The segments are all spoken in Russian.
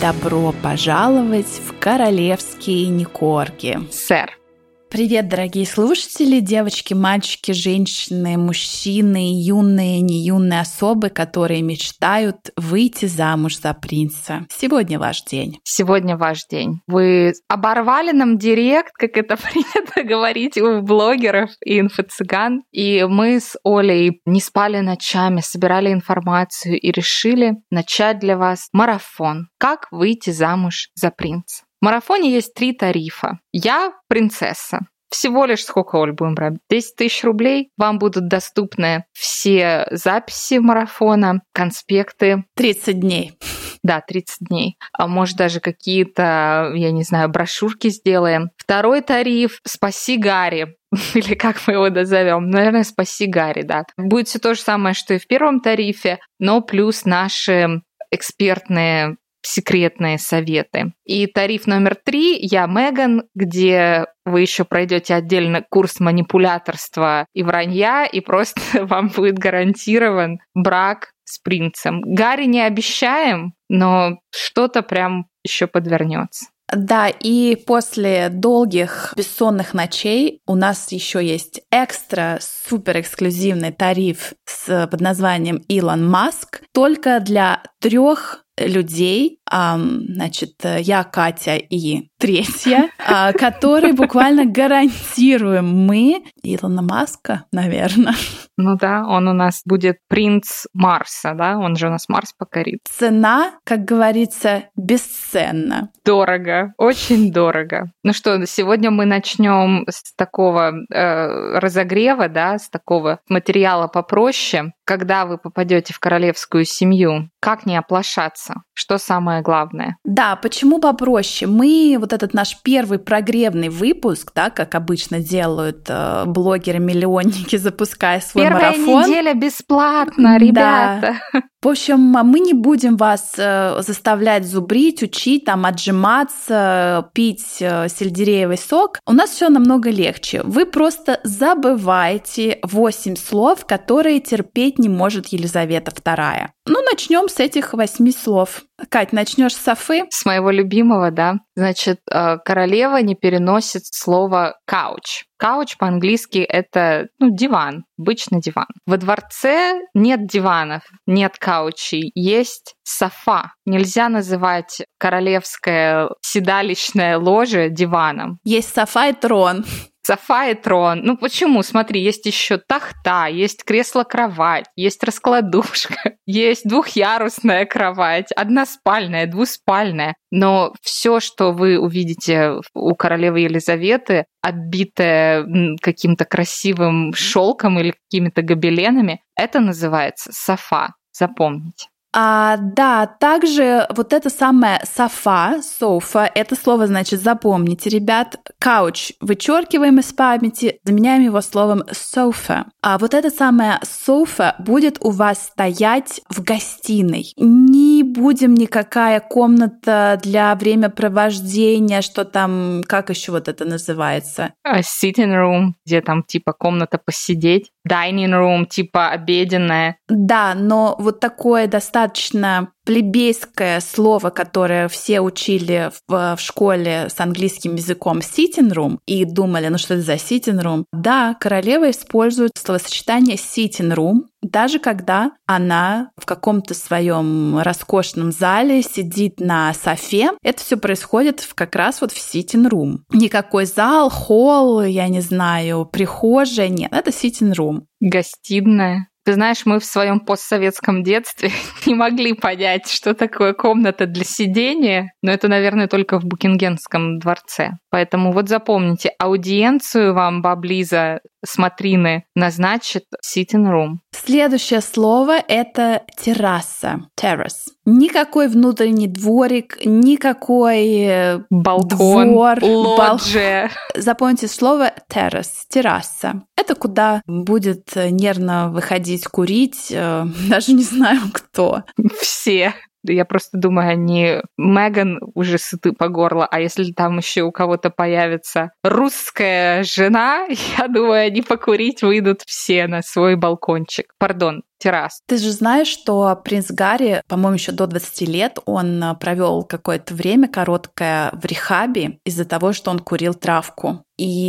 добро пожаловать в королевские Никорги. Сэр. Привет, дорогие слушатели, девочки, мальчики, женщины, мужчины, юные, не юные особы, которые мечтают выйти замуж за принца. Сегодня ваш день. Сегодня ваш день. Вы оборвали нам директ, как это принято говорить у блогеров и инфо-цыган. И мы с Олей не спали ночами, собирали информацию и решили начать для вас марафон. Как выйти замуж за принца? В марафоне есть 3 тарифа. Я принцесса. Всего лишь сколько, Оль, будем брать? 10 тысяч рублей. Вам будут доступны все записи марафона, конспекты. 30 дней. Да, 30 дней. А может, даже какие-то, я не знаю, брошюрки сделаем. Второй тариф «Спаси Гарри». Или как мы его назовем? Наверное, «Спаси Гарри», да. Будет все то же самое, что и в первом тарифе, но плюс наши экспертные секретные советы. И тариф номер 3 «Я Меган», где вы еще пройдете отдельно курс манипуляторства и вранья, и просто вам будет гарантирован брак с принцем. Гарри не обещаем, но что-то прям еще подвернется. Да, и после долгих бессонных ночей у нас еще есть экстра супер эксклюзивный тариф под названием Илон Маск только для 3 людей, значит, я, Катя и 3, которые буквально гарантируем мы Илона Маска, наверное. Ну да, он у нас будет принц Марса, да? Он же у нас Марс покорит. Цена, как говорится, бесценна. Дорого, очень дорого. Ну что, сегодня мы начнем с такого разогрева, да, с такого материала попроще. Когда вы попадете в королевскую семью, как не оплошаться? Что самое главное? Да, почему попроще? Мы вот этот наш первый прогревный выпуск, да, как обычно делают блогеры-миллионники, запуская свой марафон. Первая неделя бесплатно, ребята. Да. В общем, мы не будем вас заставлять зубрить, учить, там, отжиматься, пить сельдереевый сок. У нас все намного легче. Вы просто забываете 8 слов, которые терпеть не может Елизавета II. Ну, начнем с этих 8 слов. Кать, начнешь с Софы? С моего любимого, да. Значит, королева не переносит слово couch. Couch по-английски это, диван, обычный диван. Во дворце нет диванов, нет каучей, есть софа. Нельзя называть королевское седалищное ложе диваном. Есть софа и трон. Софа и трон. Ну почему? Смотри, есть еще тахта, есть кресло-кровать, есть раскладушка, есть 2-ярусная кровать, односпальная, 2-спальная. Но все, что вы увидите у королевы Елизаветы, оббитое каким-то красивым шелком или какими-то гобеленами, это называется софа. Запомните. Да, также вот это самое софа, это слово, значит, запомните, ребят. Couch вычеркиваем из памяти, заменяем его словом sofa. А вот это самое sofa будет у вас стоять в гостиной. Не будем никакая комната для времяпровождения, что там, как еще вот это называется? Sitting room, где там типа комната посидеть. Dining room, типа обеденная. Да, но вот такое достаточно плебейское слово, которое все учили в школе с английским языком sitting room и думали, что это за sitting room. Да, королева использует словосочетание sitting room, даже когда она в каком-то своем роскошном зале сидит на софе. Это все происходит как раз вот в sitting room. Никакой зал, холл, я не знаю, прихожая, нет, это sitting room. Гостиная. Ты знаешь, мы в своем постсоветском детстве не могли понять, что такое комната для сидения, но это, наверное, только в Букингемском дворце. Поэтому вот запомните, аудиенцию вам баблиза смотрины назначит sitting room. Следующее слово — это терраса. Terrace. Никакой внутренний дворик, никакой балкон, двор, лоджия. Запомните слово terrace, терраса. Это куда будет нервно выходить курить, даже не знаю кто. Все. Я просто думаю, они Меган уже сыты по горло, а если там еще у кого-то появится русская жена, я думаю, они покурить выйдут все на свой балкончик. Пардон, террас. Ты же знаешь, что принц Гарри, по-моему, еще до 20 лет, он провел какое-то время короткое в рехабе из-за того, что он курил травку.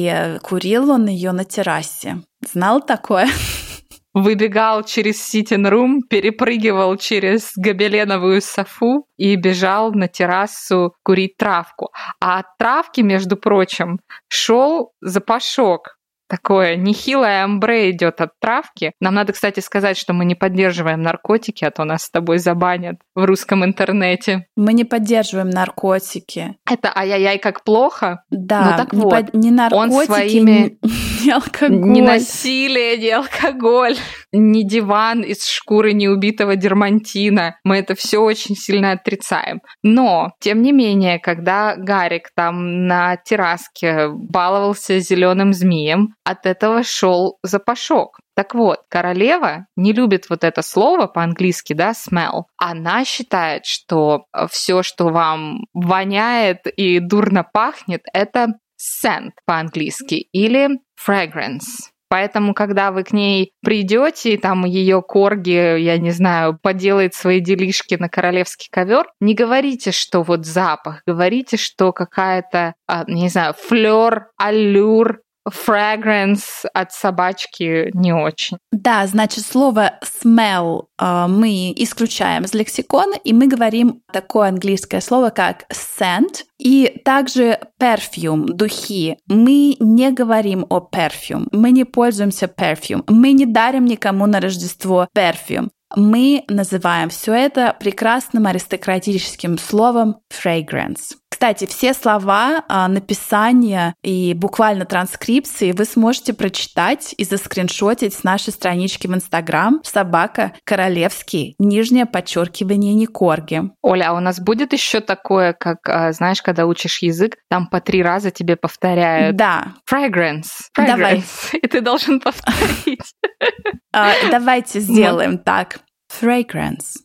И курил он ее на террасе. Знал такое? Выбегал через ситинг-рум, перепрыгивал через гобеленовую софу и бежал на террасу курить травку. А от травки, между прочим, шел запашок. Такое нехилое амбре идет от травки. Нам надо, кстати, сказать, что мы не поддерживаем наркотики, а то нас с тобой забанят в русском интернете. Мы не поддерживаем наркотики. Это ай-яй-яй, как плохо? Да, ну, так вот, не наркотики, он своими... не алкоголь. Не насилие, не алкоголь, не диван из шкуры неубитого дермантина. Мы это все очень сильно отрицаем. Но, тем не менее, когда Гарик там на терраске баловался зеленым змеем, от этого шел запашок. Так вот, королева не любит вот это слово по-английски, да, smell. Она считает, что все, что вам воняет и дурно пахнет, это scent по-английски или fragrance. Поэтому, когда вы к ней придете, и там ее корги, я не знаю, поделает свои делишки на королевский ковер, не говорите, что вот запах, говорите, что какая-то, не знаю, флёр, аллюр, fragrance от собачки не очень. Да, значит, слово smell мы исключаем из лексикона, и мы говорим такое английское слово, как scent, и также perfume, духи. Мы не говорим о perfume, мы не пользуемся perfume, мы не дарим никому на Рождество perfume. Мы называем все это прекрасным аристократическим словом fragrance. Кстати, все слова написания и буквально транскрипции вы сможете прочитать и заскриншотить с нашей странички в Инстаграм _королевский _Никорги. Оля, а у нас будет еще такое, как, знаешь, когда учишь язык, там по 3 раза тебе повторяют. Да. Fragrance. Давай. И ты должен повторить. Давайте сделаем так. Fragrance.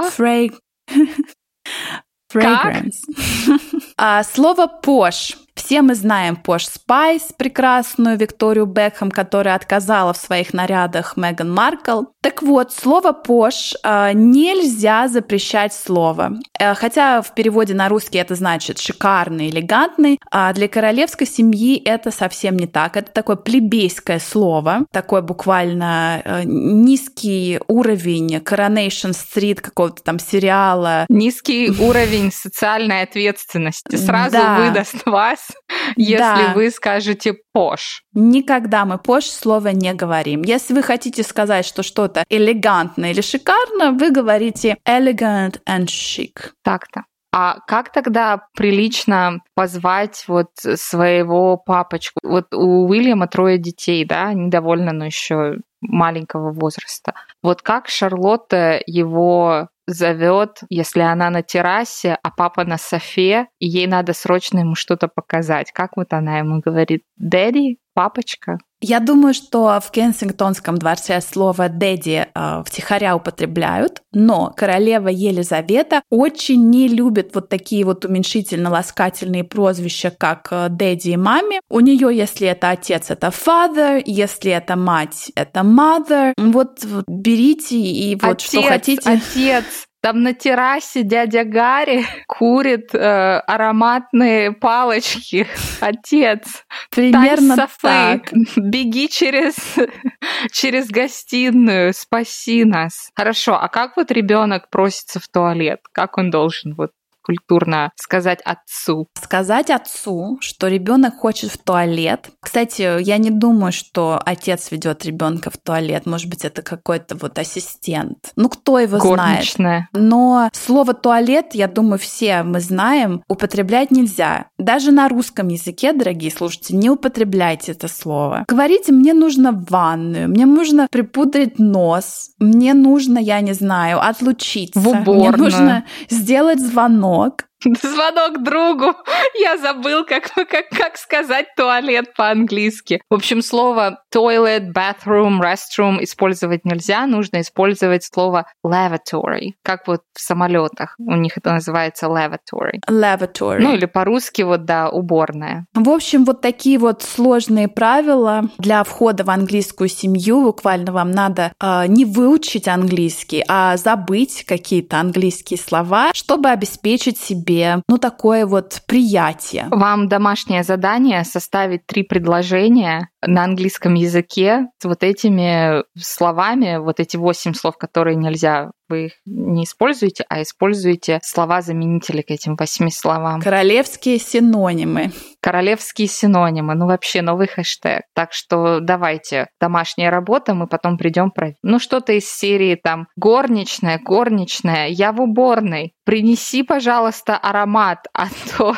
Fragrance. Слово posh. Все мы знаем Posh Spice, прекрасную Викторию Бекхэм, которая отказала в своих нарядах Меган Маркл. Так вот, слово posh нельзя запрещать слово. Хотя в переводе на русский это значит шикарный, элегантный, а для королевской семьи это совсем не так. Это такое плебейское слово, такой буквально низкий уровень Coronation Street какого-то там сериала. Низкий уровень социальной ответственности. Сразу выдаст вас, если вы скажете posh. Никогда мы posh слова не говорим. Если вы хотите сказать, что что-то элегантно или шикарно, вы говорите elegant and chic. Так-то. А как тогда прилично позвать вот своего папочку? Вот у Уильяма 3 детей, да, они довольно, но еще маленького возраста. Вот как Шарлотта его зовет, если она на террасе, а папа на софе, и ей надо срочно ему что-то показать. Как вот она ему говорит? «Дэдди? Папочка?» Я думаю, что в Кенсингтонском дворце слово «дэдди» втихаря употребляют, но королева Елизавета очень не любит вот такие вот уменьшительно-ласкательные прозвища, как «дэдди» и «маме». У нее, если это отец, это «father», если это мать, это «mother». Вот берите и вот отец, что хотите. Отец! Там на террасе дядя Гарри курит ароматные палочки. Отец, примерно софы, так. Беги через гостиную, спаси нас. Хорошо, а как вот ребенок просится в туалет? Как он должен вот культурно сказать отцу? Сказать отцу, что ребенок хочет в туалет. Кстати, я не думаю, что отец ведет ребенка в туалет. Может быть, это какой-то вот ассистент. Ну, кто его горничная. знает? Но слово туалет, я думаю, все мы знаем, употреблять нельзя. Даже на русском языке, дорогие слушатели, не употребляйте это слово. Говорите: мне нужно в ванную, мне нужно припудрить нос, мне нужно, я не знаю, отлучиться. В уборную. Мне нужно сделать звонок. Звонок другу Я забыл, как сказать туалет по-английски. В общем, слово toilet, bathroom, restroom использовать нельзя. Нужно использовать слово lavatory. Как вот в самолетах. У них это называется lavatory. Lavatory. Ну или по-русски вот, да, уборная. В общем, вот такие вот сложные правила для входа в английскую семью. Буквально вам надо не выучить английский, а забыть какие-то английские слова, чтобы обеспечить себе, такое вот приятие. Вам домашнее задание составить 3 предложения на английском языке с вот этими словами, вот эти 8 слов, которые нельзя, вы их не используете, а используете слова-заменители к этим 8 словам. Королевские синонимы. Королевские синонимы, вообще новый хэштег. Так что давайте, домашняя работа, мы потом придем проверим. Что-то из серии там горничная, я в уборной. Принеси, пожалуйста, аромат, а то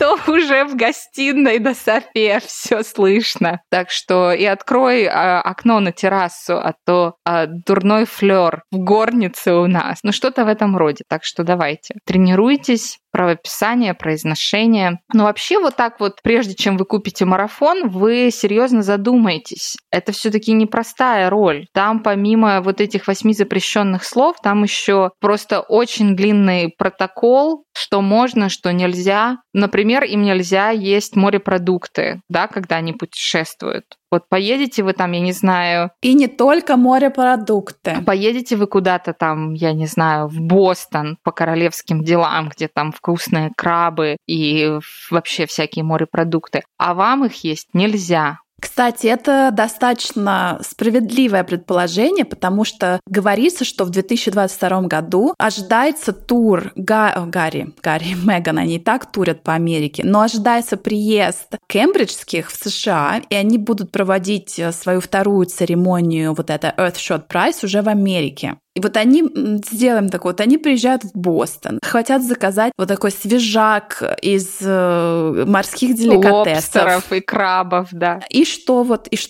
уже в гостиной до Софе все слышно. Так что и открой окно на террасу, а то дурной флёр в горнице у нас. Что-то в этом роде. Так что давайте, тренируйтесь. Правописание, произношение. Вообще вот так вот, прежде чем вы купите марафон, вы серьезно задумаетесь. Это все-таки непростая роль. Там помимо вот этих 8 запрещенных слов, там еще просто очень длинный протокол, что можно, что нельзя. Например, им нельзя есть морепродукты, когда они путешествуют. Вот поедете вы там, я не знаю... И не только морепродукты. Поедете вы куда-то там, я не знаю, в Бостон по королевским делам, где там вкусные крабы и вообще всякие морепродукты, а вам их есть нельзя. Кстати, это достаточно справедливое предположение, потому что говорится, что в 2022 году ожидается тур Гарри и Меган, они и так турят по Америке, но ожидается приезд кембриджских в США, и они будут проводить свою вторую церемонию, вот это Earthshot Prize, уже в Америке. И вот они, сделаем такое, они приезжают в Бостон, хотят заказать вот такой свежак из морских деликатесов. Лобстеров и крабов, да. И что?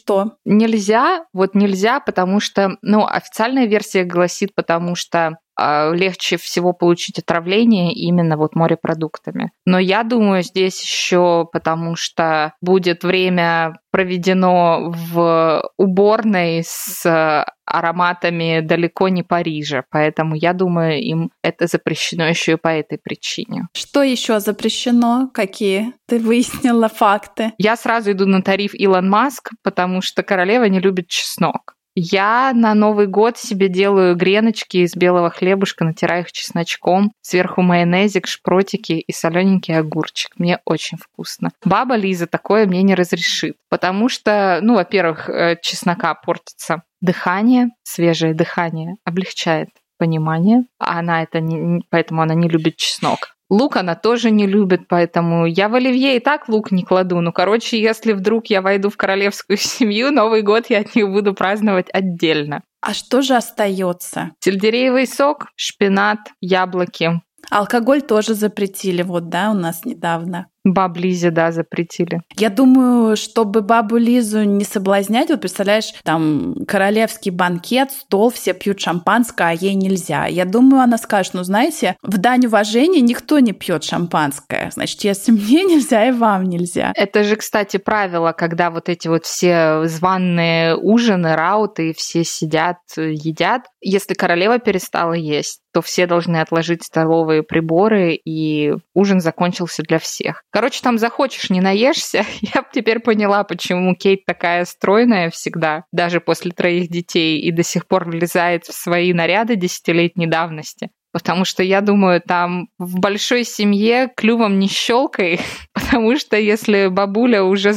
Нельзя, потому что, официальная версия гласит, потому что легче всего получить отравление именно вот морепродуктами. Но я думаю, здесь еще потому что будет время проведено в уборной с ароматами далеко не Парижа, поэтому я думаю, им это запрещено еще и по этой причине. Что еще запрещено? Какие? Ты выяснила факты. Я сразу иду на тариф Илон Маск, потому что королева не любит чеснок. Я на Новый год себе делаю греночки из белого хлебушка, натираю их чесночком, сверху майонезик, шпротики и солененький огурчик. Мне очень вкусно. Баба Лиза такое мне не разрешит, потому что, во-первых, чеснока портится. Дыхание, свежее дыхание облегчает понимание, поэтому она не любит чеснок. Лук она тоже не любит, поэтому я в оливье и так лук не кладу. Если вдруг я войду в королевскую семью, Новый год я от них буду праздновать отдельно. А что же остается? Сельдереевый сок, шпинат, яблоки. Алкоголь тоже запретили, у нас недавно. Баб Лизе, да, запретили. Я думаю, чтобы бабу Лизу не соблазнять, представляешь, там королевский банкет, стол, все пьют шампанское, а ей нельзя. Я думаю, она скажет, знаете, в дань уважения никто не пьет шампанское. Значит, если мне нельзя, и вам нельзя. Это же, кстати, правило, когда вот эти вот все званые ужины, рауты, все сидят, едят. Если королева перестала есть, то все должны отложить столовые приборы, и ужин закончился для всех. Там захочешь, не наешься. Я теперь поняла, почему Кейт такая стройная всегда, даже после 3 детей, и до сих пор влезает в свои наряды 10-летней давности. Потому что, я думаю, там в большой семье клювом не щелкай, потому что если бабуля уже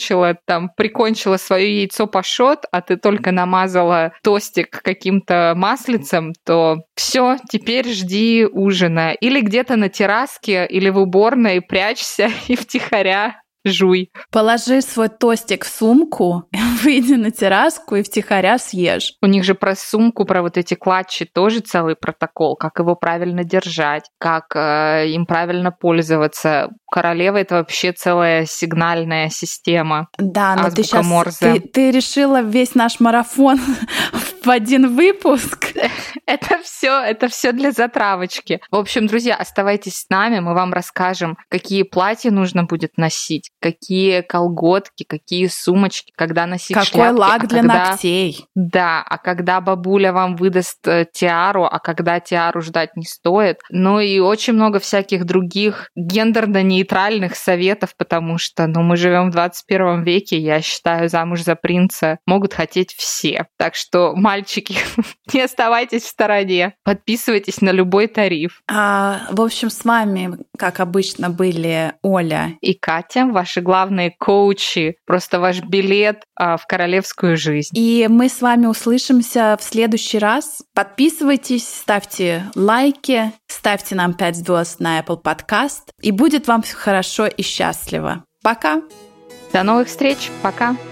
прикончила свое яйцо пашот, а ты только намазала тостик каким-то маслицем, то все, теперь жди ужина. Или где-то на терраске, или в уборной прячься и втихаря жуй. Положи свой тостик в сумку, выйди на терраску и втихаря съешь. У них же про сумку, про вот эти клатчи тоже целый протокол, как его правильно держать, как им правильно пользоваться. Королева — это вообще целая сигнальная система. Да, но азбука Морзе. Ты решила весь наш марафон в один выпуск. Это все для затравочки. В общем, друзья, оставайтесь с нами, мы вам расскажем, какие платья нужно будет носить, какие колготки, какие сумочки, когда носить шляпки. Какой лак для ногтей. Да, а когда бабуля вам выдаст тиару, а когда тиару ждать не стоит. Ну и очень много всяких других гендерно-нейтральных советов, потому что, мы живем в 21 веке, я считаю, замуж за принца могут хотеть все. Так что, мальчики, не оставайтесь в стороне. Подписывайтесь на любой тариф. В общем, с вами, как обычно, были Оля и Катя, ваши главные коучи, просто ваш билет в королевскую жизнь. И мы с вами услышимся в следующий раз. Подписывайтесь, ставьте лайки, ставьте нам 5 звезд на Apple Podcast. И будет вам хорошо и счастливо. Пока! До новых встреч. Пока!